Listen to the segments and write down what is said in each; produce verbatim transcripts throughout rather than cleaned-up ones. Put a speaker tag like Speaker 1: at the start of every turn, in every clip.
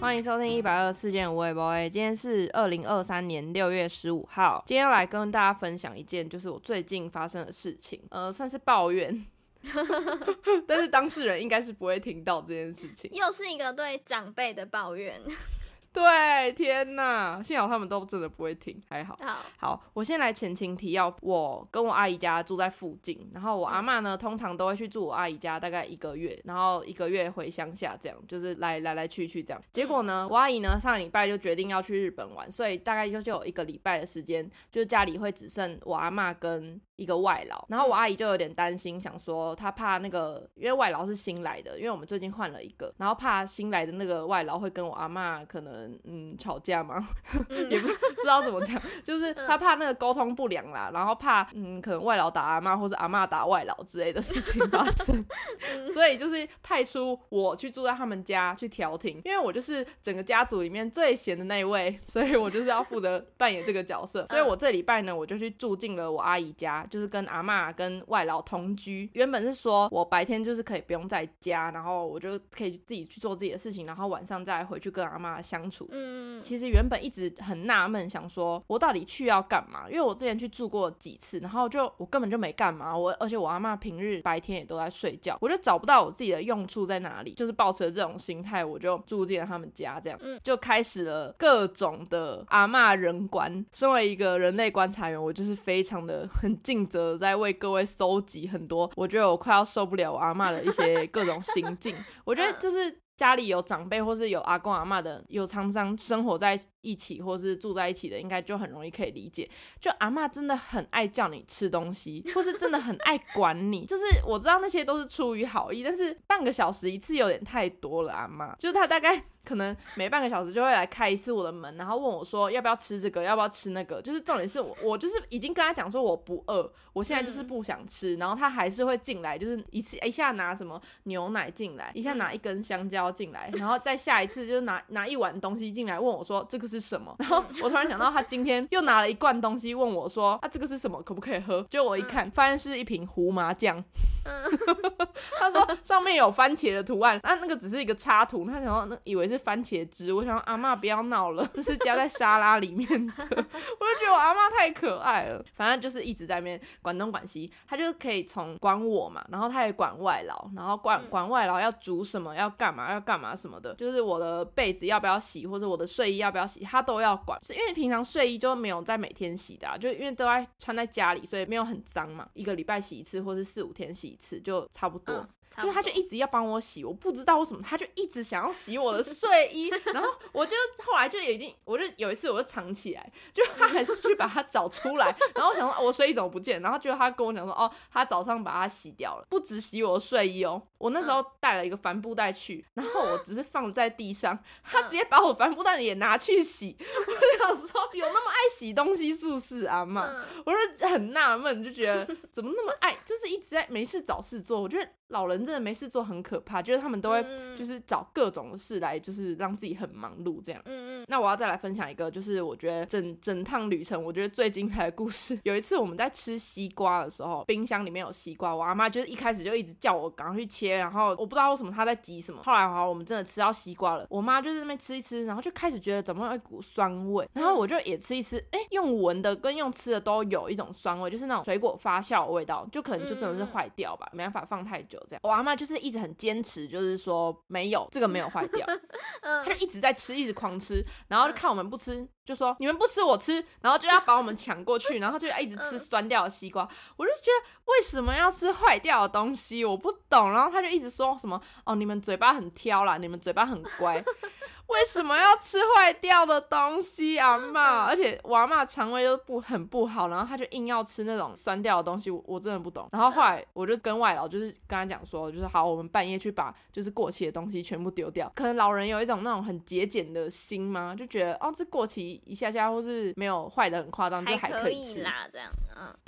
Speaker 1: 欢迎收听一百二十四件无尾包 A， 今天是二零二三年六月十五号，今天要来跟大家分享一件就是我最近发生的事情，呃，算是抱怨。但是当事人应该是不会听到这件事情，
Speaker 2: 又是一个对长辈的抱怨。
Speaker 1: 对，天哪，幸好他们都真的不会听，还好。
Speaker 2: 好，
Speaker 1: 好，我先来前情提要，我跟我阿姨家住在附近，然后我阿嬷呢、嗯、通常都会去住我阿姨家大概一个月，然后一个月回乡下，这样就是来来来去去这样。结果呢，我阿姨呢上个礼拜就决定要去日本玩，所以大概就就有一个礼拜的时间，就是家里会只剩我阿嬷跟一个外劳，然后我阿姨就有点担心，想说她怕那个，因为外劳是新来的，因为我们最近换了一个，然后怕新来的那个外劳会跟我阿嬷可能嗯吵架嘛，也不不知道怎么讲，就是她怕那个沟通不良啦，然后怕嗯可能外劳打阿嬷或是阿嬷打外劳之类的事情发生，所以就是派出我去住在他们家去调停，因为我就是整个家族里面最闲的那一位，所以我就是要负责扮演这个角色，所以我这礼拜呢我就去住进了我阿姨家，就是跟阿嬷跟外劳同居。原本是说我白天就是可以不用在家，然后我就可以自己去做自己的事情，然后晚上再回去跟阿嬷相处。嗯，其实原本一直很纳闷，想说我到底去要干嘛？因为我之前去住过几次，然后就我根本就没干嘛，我而且我阿嬷平日白天也都在睡觉，我就找不到我自己的用处在哪里，就是抱持了这种心态，我就住进了他们家，这样就开始了各种的阿嬷人观。身为一个人类观察员，我就是非常的很尽责在为各位搜集很多我觉得我快要受不了我阿嬷的一些各种行径。我觉得就是家里有长辈或是有阿公阿嬷的，有常常生活在一起或是住在一起的，应该就很容易可以理解，就阿嬷真的很爱叫你吃东西，或是真的很爱管你。就是我知道那些都是出于好意，但是半个小时一次有点太多了。阿嬷就是她大概可能每半个小时就会来开一次我的门，然后问我说要不要吃这个要不要吃那个，就是重点是我我就是已经跟他讲说我不饿，我现在就是不想吃、嗯、然后他还是会进来，就是一次一下拿什么牛奶进来，一下拿一根香蕉进来，然后再下一次就是拿拿一碗东西进来问我说这个是什么，然后我突然想到他今天又拿了一罐东西问我说啊这个是什么可不可以喝，结果我一看、嗯、发现是一瓶胡麻酱、嗯、他说上面有番茄的图案，那那个只是一个插图，他想说那以为是是番茄汁，我想说阿嬷不要闹了，这是加在沙拉里面的。我就觉得我阿嬷太可爱了，反正就是一直在那边管东管西，他就可以从管我嘛，然后他也管外劳，然后管管外劳要煮什么要干嘛要干嘛什么的，就是我的被子要不要洗或者我的睡衣要不要洗他都要管，因为平常睡衣就没有在每天洗的、啊、就因为都在穿在家里，所以没有很脏嘛，一个礼拜洗一次或是四五天洗一次就差不多、嗯就他就一直要帮我洗，我不知道为什么他就一直想要洗我的睡衣，然后我就后来就已经我就有一次我就藏起来，就他还是去把它找出来，然后我想说、哦、我睡衣怎么不见，然后结果他跟我讲说哦他早上把它洗掉了，不止洗我的睡衣哦，我那时候带了一个帆布袋去，然后我只是放在地上，他直接把我帆布袋也拿去洗，我就想说有那么爱洗东西是不是阿嬷，我就很纳闷，就觉得怎么那么爱，就是一直在没事找事做，我觉得老人真的没事做很可怕，就是他们都会就是找各种事来就是让自己很忙碌这样。嗯嗯。那我要再来分享一个就是我觉得整整趟旅程我觉得最精彩的故事。有一次我们在吃西瓜的时候，冰箱里面有西瓜，我阿嬷就是一开始就一直叫我赶快去切，然后我不知道为什么她在急什么。后来好我们真的吃到西瓜了，我妈就是那边吃一吃，然后就开始觉得怎么有一股酸味，然后我就也吃一吃，哎，用闻的跟用吃的都有一种酸味，就是那种水果发酵的味道，就可能就真的是坏掉吧，没办法放太久这样。我阿嬷就是一直很坚持，就是说没有这个没有坏掉，她就一直在吃，一直狂吃，然后就看我们不吃，就说你们不吃我吃，然后就要把我们抢过去，然后就一直吃酸掉的西瓜。我就觉得为什么要吃坏掉的东西，我不懂。然后他就一直说什么哦你们嘴巴很挑啦，你们嘴巴很乖。为什么要吃坏掉的东西阿嬷，而且我阿嬷肠胃都不很不好，然后他就硬要吃那种酸掉的东西， 我, 我真的不懂。然后后来我就跟外劳就是跟他讲说，就是好我们半夜去把就是过期的东西全部丢掉，可能老人有一种那种很节俭的心嘛，就觉得哦这过期一下下或是没有坏的很夸张就还可以吃
Speaker 2: 还可以啦这样。嗯，
Speaker 1: 对，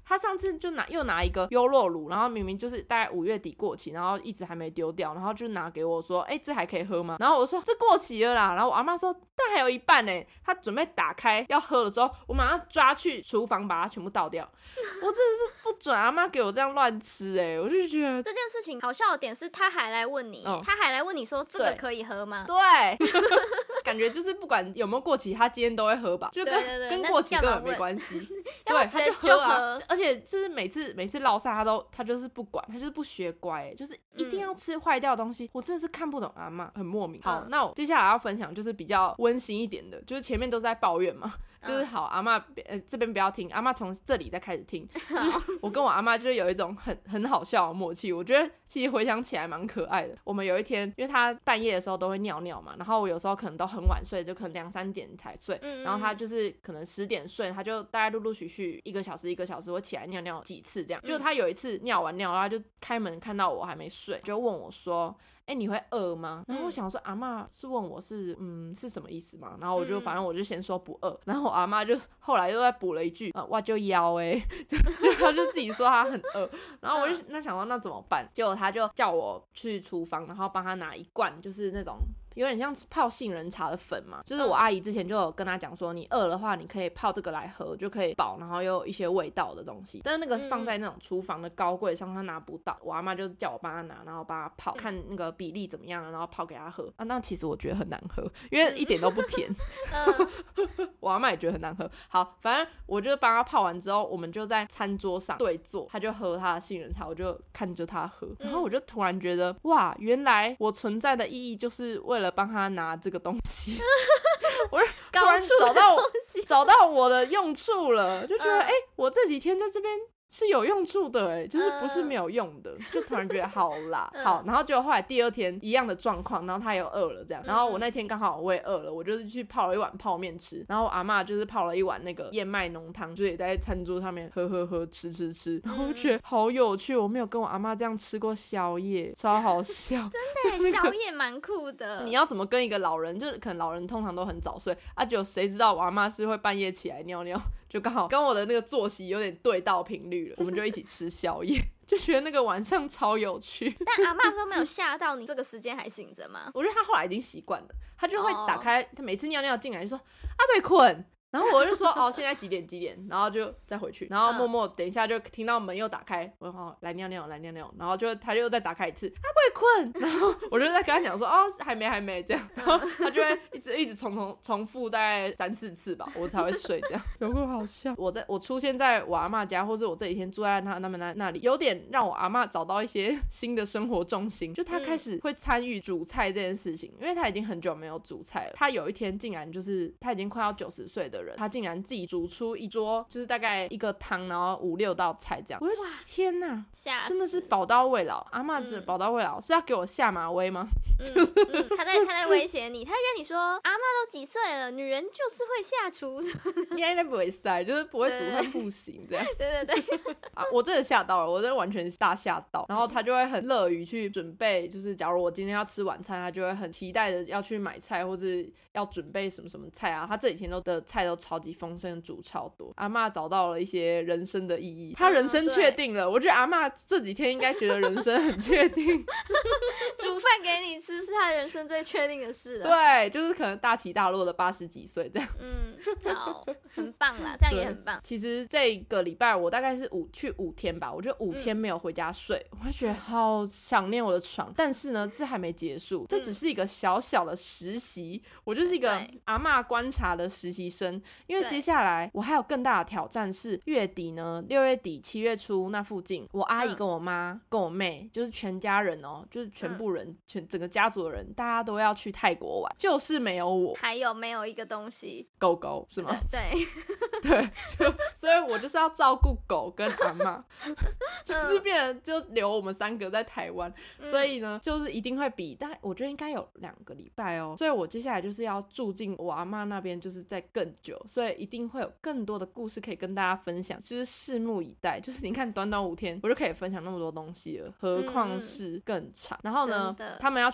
Speaker 1: 他上次就拿又拿一个优酪乳，然后明明就是大概五月底过期，然后一直还没丢掉，然后就拿给我说，哎、欸，这还可以喝吗？然后我说这过期了啦，然后我阿妈说但还有一半呢，他准备打开要喝的时候，我马上抓去厨房把它全部倒掉。我真的是不准阿妈给我这样乱吃哎、欸，我就觉得
Speaker 2: 这件事情好笑的点是他还来问你、嗯、他还来问你说这个可以喝吗？
Speaker 1: 对，感觉就是不管有没有过期，他今天都会喝吧，就跟
Speaker 2: 对对对
Speaker 1: 跟过期根本没关系。
Speaker 2: 对，
Speaker 1: 他就喝啊，而且就是每次每次落赛他都他就是不管，他就是不学乖、欸，就是一定要吃坏掉的东西、嗯。我真的是看不懂阿嬷，很莫名。好，那我接下来要分享就是比较温馨一点的，就是前面都是在抱怨嘛。就是好，阿嬷呃这边不要听，阿嬷从这里再开始听。就是我跟我阿嬷就是有一种很很好笑的默契，我觉得其实回想起来蛮可爱的。我们有一天，因为她半夜的时候都会尿尿嘛，然后我有时候可能都很晚睡，就可能两三点才睡，
Speaker 2: 嗯嗯
Speaker 1: 然后她就是可能十点睡，她就大概陆陆续续一个小时一个小时会起来尿尿几次这样。就她有一次尿完尿，然后她就开门看到我还没睡，就问我说。哎、欸，你会饿吗？然后我想说，阿嬷是问我是嗯是什么意思吗？然后我就反正我就先说不饿，然后我阿嬷就后来又再补了一句，呃，我就腰哎、欸，就就她就自己说她很饿，然后我就那想说那怎么办？结果她就叫我去厨房，然后帮她拿一罐就是那种。有点像泡杏仁茶的粉嘛，就是我阿姨之前就有跟她讲说，你饿的话你可以泡这个来喝，就可以饱，然后又有一些味道的东西。但是那个放在那种厨房的高柜上，她拿不到，我阿嬷就叫我帮她拿，然后帮她泡，看那个比例怎么样，然后泡给她喝。啊，那其实我觉得很难喝，因为一点都不甜。我阿嬷也觉得很难喝。好，反正我就帮她泡完之后，我们就在餐桌上对坐，她就喝她的杏仁茶，我就看着她喝，然后我就突然觉得，哇，原来我存在的意义就是为了帮他拿这个东西。我就突然找到找到我的用处了，就觉得哎、欸，我这几天在这边是有用处的哎、欸，就是不是没有用的，就突然觉得好啦，好，然后结果后来第二天一样的状况，然后他也饿了这样，然后我那天刚好我也饿了，我就是去泡了一碗泡面吃，然后我阿嬷就是泡了一碗那个燕麦浓汤，就也在餐桌上面喝喝喝吃吃吃，然后我觉得好有趣，我没有跟我阿嬷这样吃过宵夜，超好笑，
Speaker 2: 真的耶，宵夜蛮酷的。
Speaker 1: 你要怎么跟一个老人，就是可能老人通常都很早睡啊，就谁知道我阿嬷是会半夜起来尿尿，就刚好跟我的那个作息有点对到频率了，我们就一起吃宵夜。就觉得那个晚上超有趣。
Speaker 2: 但阿嬷都没有吓到你这个时间还醒着吗？
Speaker 1: 我觉得他后来已经习惯了，他就会打开，他、oh. 每次尿尿进来就说阿贝困，然后我就说哦现在几点几点，然后就再回去，然后默默等一下就听到门又打开，我说哦来尿尿来尿尿，然后就他就再打开一次阿贝困，然后我就在跟他讲说哦还没还没这样，然后他就会一直一直重重重复大概三四次吧，我才会睡这样。有够好笑。我在我出现在我阿嬷家，或是我这几天住在他他们那那里，有点让我阿嬷找到一些新的生活重心，就他开始会参与煮菜这件事情，因为他已经很久没有煮菜了。他有一天竟然就是他已经快要九十岁的人，他竟然自己煮出一桌，就是大概一个汤，然后五六道菜这样。我就天哪，真的是宝刀未老，阿嬷真的宝刀未老、嗯、是要给我下马威吗？
Speaker 2: 嗯嗯、他在他在威胁你，他跟你说阿嬷都几岁了，女人就是会下厨，
Speaker 1: 应该不会塞，就是不会煮会不行这样。
Speaker 2: 对对对，
Speaker 1: 啊，我真的吓到了，我真的完全大吓到。然后他就会很乐于去准备，就是假如我今天要吃晚餐，他就会很期待的要去买菜，或是要准备什么什么菜啊。他这几天都的菜都超级丰盛，煮超多。阿嬷找到了一些人生的意义，他人生确定了。嗯、我觉得阿嬷这几天应该觉得人生很确定。
Speaker 2: 煮饭给你吃是他人生最确定的事了。
Speaker 1: 对，就是可能大起大落的八十几岁这样。
Speaker 2: 嗯，好，很棒啦，这样也很棒。
Speaker 1: 其实这个礼拜我大概是五去五天吧，我就五天没有回家睡、嗯，我就觉得好想念我的床。但是呢，这还没结束，这只是一个小小的实习，嗯、我就是一个阿嬷观察的实习生。因为接下来我还有更大的挑战是月底呢，六月底七月初那附近，我阿姨跟我妈、嗯、跟我妹，就是全家人哦，就是全部人、嗯、全整个家族的人，大家都要去泰国玩，就是没有我。
Speaker 2: 还有没有一个东西？
Speaker 1: 狗狗是吗？
Speaker 2: 对
Speaker 1: 对，就所以我就是要照顾狗跟阿嬷，就是变成就留我们三个在台湾、嗯，所以呢，就是一定会比，但我觉得应该有两个礼拜哦。所以我接下来就是要住进我阿嬷那边，就是在更久，所以一定会有更多的故事可以跟大家分享，就是拭目以待。就是你看，短短五天我就可以分享那么多东西了，何况是更长。嗯、然后呢，他们要去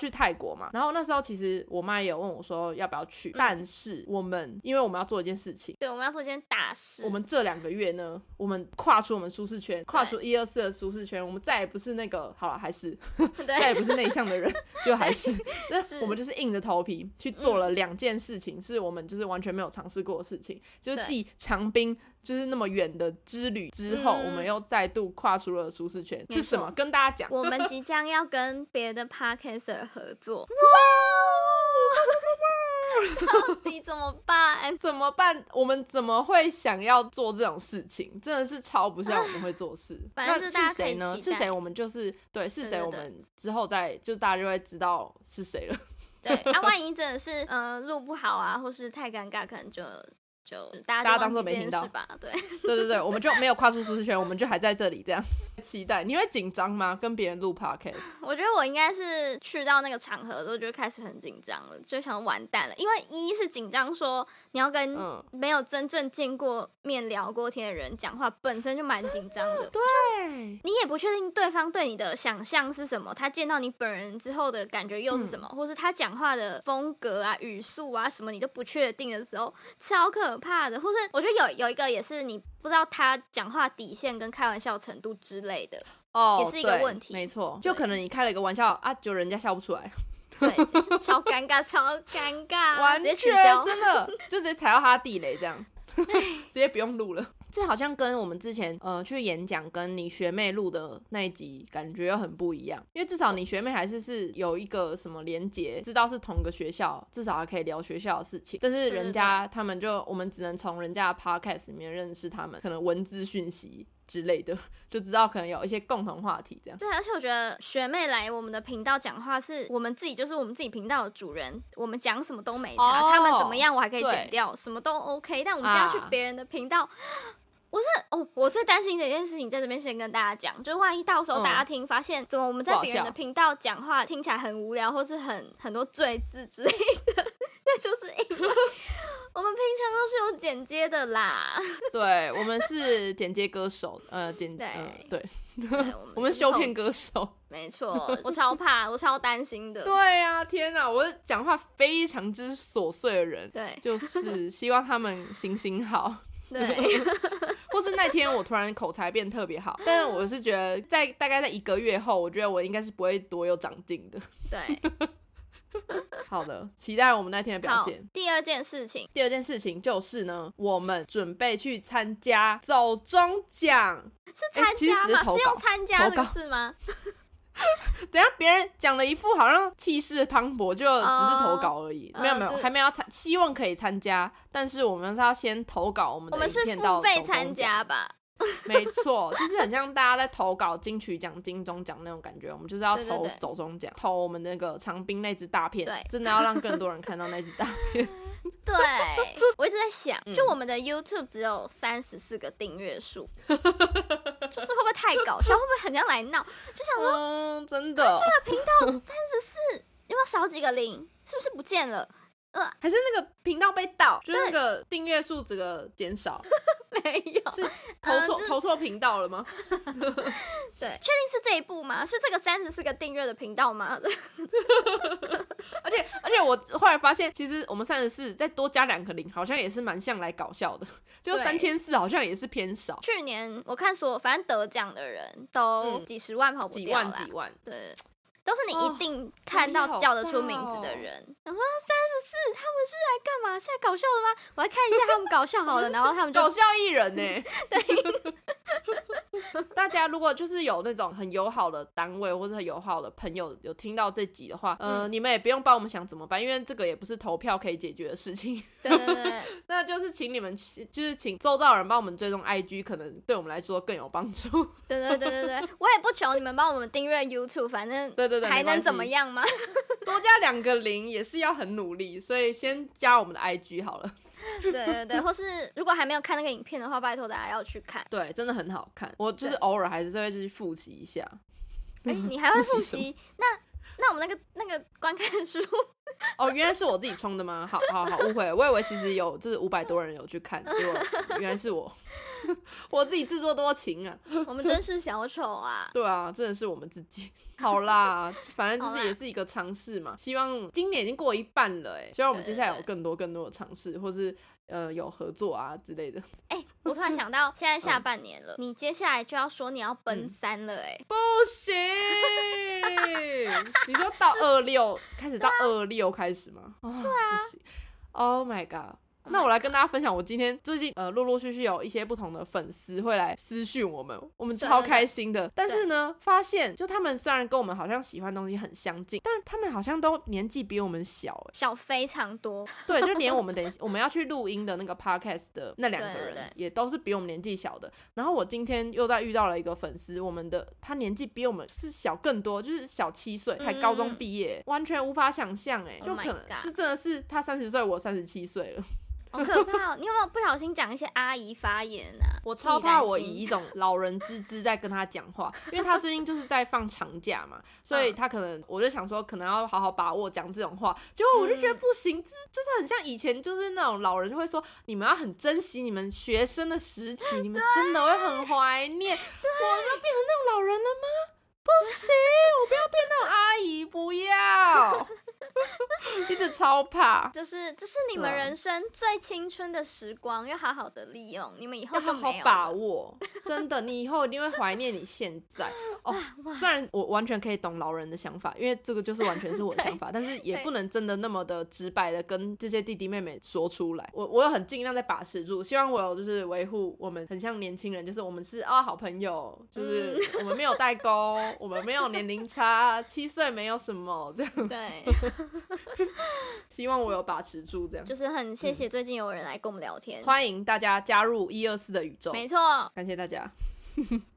Speaker 1: 去泰国嘛，然后那时候其实我妈也有问我说要不要去，嗯、但是我们因为我们要做一件事情，
Speaker 2: 对，我们要做一件大事。
Speaker 1: 我们这两个月呢，我们跨出我们舒适圈，跨出一二四的舒适圈，我们再也不是那个好了，还是再也不是内向的人，就还是那我们就是硬着头皮去做了两件事情，嗯、是我们就是完全没有尝试过的事情，就是继长滨就是那么远的之旅之后，嗯、我们又再度跨出了舒适圈，是什么？跟大家讲，
Speaker 2: 我们即将要跟别的 podcaster 合作。哇！到底怎么办？
Speaker 1: 怎么办？我们怎么会想要做这种事情？真的是超不像我们会做事。
Speaker 2: 反正就是大家可以期待。
Speaker 1: 那是谁呢？是谁？我们就是对，是谁？我们之后再就大家就会知道是谁了。
Speaker 2: 对，啊，万一真的是嗯录、呃、不好啊，或是太尴尬，可能就。就大家
Speaker 1: 大家当作没听到
Speaker 2: 吧，对
Speaker 1: 对对对，我们就没有跨出舒适圈，我们就还在这里这样期待。你会紧张吗？跟别人录 podcast？
Speaker 2: 我觉得我应该是去到那个场合的时候就开始很紧张了，就想完蛋了，因为一是紧张说你要跟没有真正见过面聊过天的人讲话，本身就蛮紧张的。
Speaker 1: 对，
Speaker 2: 你也不确定对方对你的想象是什么，他见到你本人之后的感觉又是什么，嗯、或是他讲话的风格啊、语速啊什么你都不确定的时候，超可怕的。或是我觉得有有一个也是你不知道他讲话底线跟开玩笑程度之类的，
Speaker 1: 哦，
Speaker 2: 也是一个问题。
Speaker 1: 没错，就可能你开了一个玩笑啊，就人家笑不出来。
Speaker 2: 对，超尴尬，超尴尬，
Speaker 1: 完全
Speaker 2: 直接取消，
Speaker 1: 真的就直接踩到他的地雷这样。直接不用录了。这好像跟我们之前呃去演讲跟你学妹录的那一集感觉又很不一样，因为至少你学妹还是是有一个什么连结，知道是同个学校，至少还可以聊学校的事情。但是人家他们就我们只能从人家的 podcast 里面认识他们，可能文字讯息之类的，就知道可能有一些共同话题这样。
Speaker 2: 对，而且我觉得学妹来我们的频道讲话，是我们自己就是我们自己频道的主人，我们讲什么都没差，哦、他们怎么样我还可以剪掉，什么都 OK。但我们这样去别人的频道。啊我是哦，我最担心的一件事情，在这边先跟大家讲，就是万一到时候大家听、嗯、发现，怎么我们在别人的频道讲话听起来很无聊，或是很很多赘字之类的，那就是因为我们平常都是有剪接的啦。
Speaker 1: 对，我们是剪接歌手，呃，剪对、呃、对，对我, 我们是修片歌手。
Speaker 2: 没错，我超怕，我超担心的。
Speaker 1: 对啊，天哪，我是讲话非常之琐碎的人，
Speaker 2: 对，
Speaker 1: 就是希望他们行行好。
Speaker 2: 对，
Speaker 1: 或是那天我突然口才变特别好，但是我是觉得在大概在一个月后，我觉得我应该是不会多有长进的。
Speaker 2: 对，
Speaker 1: 好的，期待我们那天的表现。
Speaker 2: 第二件事情，
Speaker 1: 第二件事情就是呢，我们准备去参加走中奖，
Speaker 2: 是参加吗？欸、是, 是用参加这个字吗？
Speaker 1: 等一下别人讲了一副好像气势磅礴，就只是投稿而已，呃、没有没有，还没有参，希望可以参加，但是我们是要先投稿我们的影片到走中奖。
Speaker 2: 我们是付费参加吧？
Speaker 1: 没错，就是很像大家在投稿金曲奖、金钟奖那种感觉，我们就是要投走中奖，投我们那个长滨那支大片，真的要让更多人看到那支大片。
Speaker 2: 对，我一直在想，就我们的 YouTube 只有三十四个订阅数，就是会不会太搞笑？会不会很像来闹？就想说，
Speaker 1: 嗯，真的，
Speaker 2: 这个频道三十四，有没有少几个零？是不是不见了？
Speaker 1: 呃，还是那个频道被盗，就是那个订阅数整个减少。
Speaker 2: 没有，
Speaker 1: 是投错、嗯、投错频道了吗？
Speaker 2: 对，确定是这一部吗？是这个三十四个订阅的频道吗？
Speaker 1: 而且而且我后来发现，其实我们三十四再多加两个零，好像也是蛮像来搞笑的。就三千四好像也是偏少。
Speaker 2: 去年我看所有反正得奖的人都几十万跑不掉啦、
Speaker 1: 嗯、几万几万，
Speaker 2: 对。都是你一定看到叫得出名字的人。然后三十四，他们是来干嘛？是来搞笑的吗？我来看一下他们搞笑好了，然后他们就
Speaker 1: 搞笑艺人呢、欸。
Speaker 2: 对。
Speaker 1: 大家如果就是有那种很友好的单位或者很友好的朋友有听到这集的话，呃，嗯、你们也不用帮我们想怎么办，因为这个也不是投票可以解决的事情。
Speaker 2: 对对对。
Speaker 1: 那就是请你们，就是请周遭人帮我们追踪 I G， 可能对我们来说更有帮助。
Speaker 2: 对对对对对，我也不求你们帮我们订阅 YouTube， 反正对对对，还能怎么样吗？
Speaker 1: 多加两个零也是要很努力，所以先加我们的 I G 好了。
Speaker 2: 对对对，或是如果还没有看那个影片的话，拜托大家要去看。
Speaker 1: 对，真的很好看。我就是偶尔还是会去复习一下。
Speaker 2: 哎、欸，你还会复习？那那我们那个那个观看数
Speaker 1: 哦，原来是我自己冲的吗？好好好，误会了，我以为其实有就是五百多人有去看，结果原来是我。 我自己自作多情啊。
Speaker 2: 我们真是小丑啊。
Speaker 1: 对啊，真的是我们自己。好啦，反正就是也是一个尝试嘛，希望今年已经过一半了哎，希望我们接下来有更多更多的尝试，或是呃有合作啊之类的。
Speaker 2: 哎、欸，我突然想到，现在下半年了，嗯、你接下来就要说你要奔三了哎、欸，
Speaker 1: 不行。你说到二六开始到二六开始吗？哦、
Speaker 2: 对啊，
Speaker 1: 不行。Oh my god。那我来跟大家分享，我今天最近呃陆陆续续有一些不同的粉丝会来私讯我们，我们超开心的。但是呢，发现就他们虽然跟我们好像喜欢的东西很相近，但他们好像都年纪比我们小、欸，
Speaker 2: 小非常多。
Speaker 1: 对，就连我们等我们要去录音的那个 podcast 的那两个人，对对对，也都是比我们年纪小的。然后我今天又在遇到了一个粉丝，我们的他年纪比我们是小更多，就是小七岁，才高中毕业、嗯，完全无法想象哎、欸，就可能、oh、就真的是他三十岁，我三十七岁了。
Speaker 2: 好可怕哦！你有没有不小心讲一些阿姨发言啊？
Speaker 1: 我超怕我以一种老人之姿在跟他讲话，因为他最近就是在放长假嘛，所以他可能我就想说可能要好好把握讲这种话，结果我就觉得不行，嗯、就是很像以前就是那种老人就会说你们要很珍惜你们学生的时期，你们真的会很怀念。我要变成那种老人了吗？不行，我不要变那种阿姨，不要。一直超怕，
Speaker 2: 这是这是你们人生最青春的时光，要好好的利用，你们以后就没有了，
Speaker 1: 要好好把握。真的，你以后一定会怀念你现在哦。虽然我完全可以懂老人的想法，因为这个就是完全是我的想法，但是也不能真的那么的直白的跟这些弟弟妹妹说出来。我我有很尽量在把持住，希望我有就是维护我们很像年轻人，就是我们是啊好朋友，就是我们没有代沟，我们没有年龄差，七岁没有什么这样。
Speaker 2: 对。
Speaker 1: 希望我有把持住，这样
Speaker 2: 就是很谢谢最近有人来跟我们聊天，
Speaker 1: 嗯、欢迎大家加入一二四的宇宙，
Speaker 2: 没错，
Speaker 1: 感谢大家。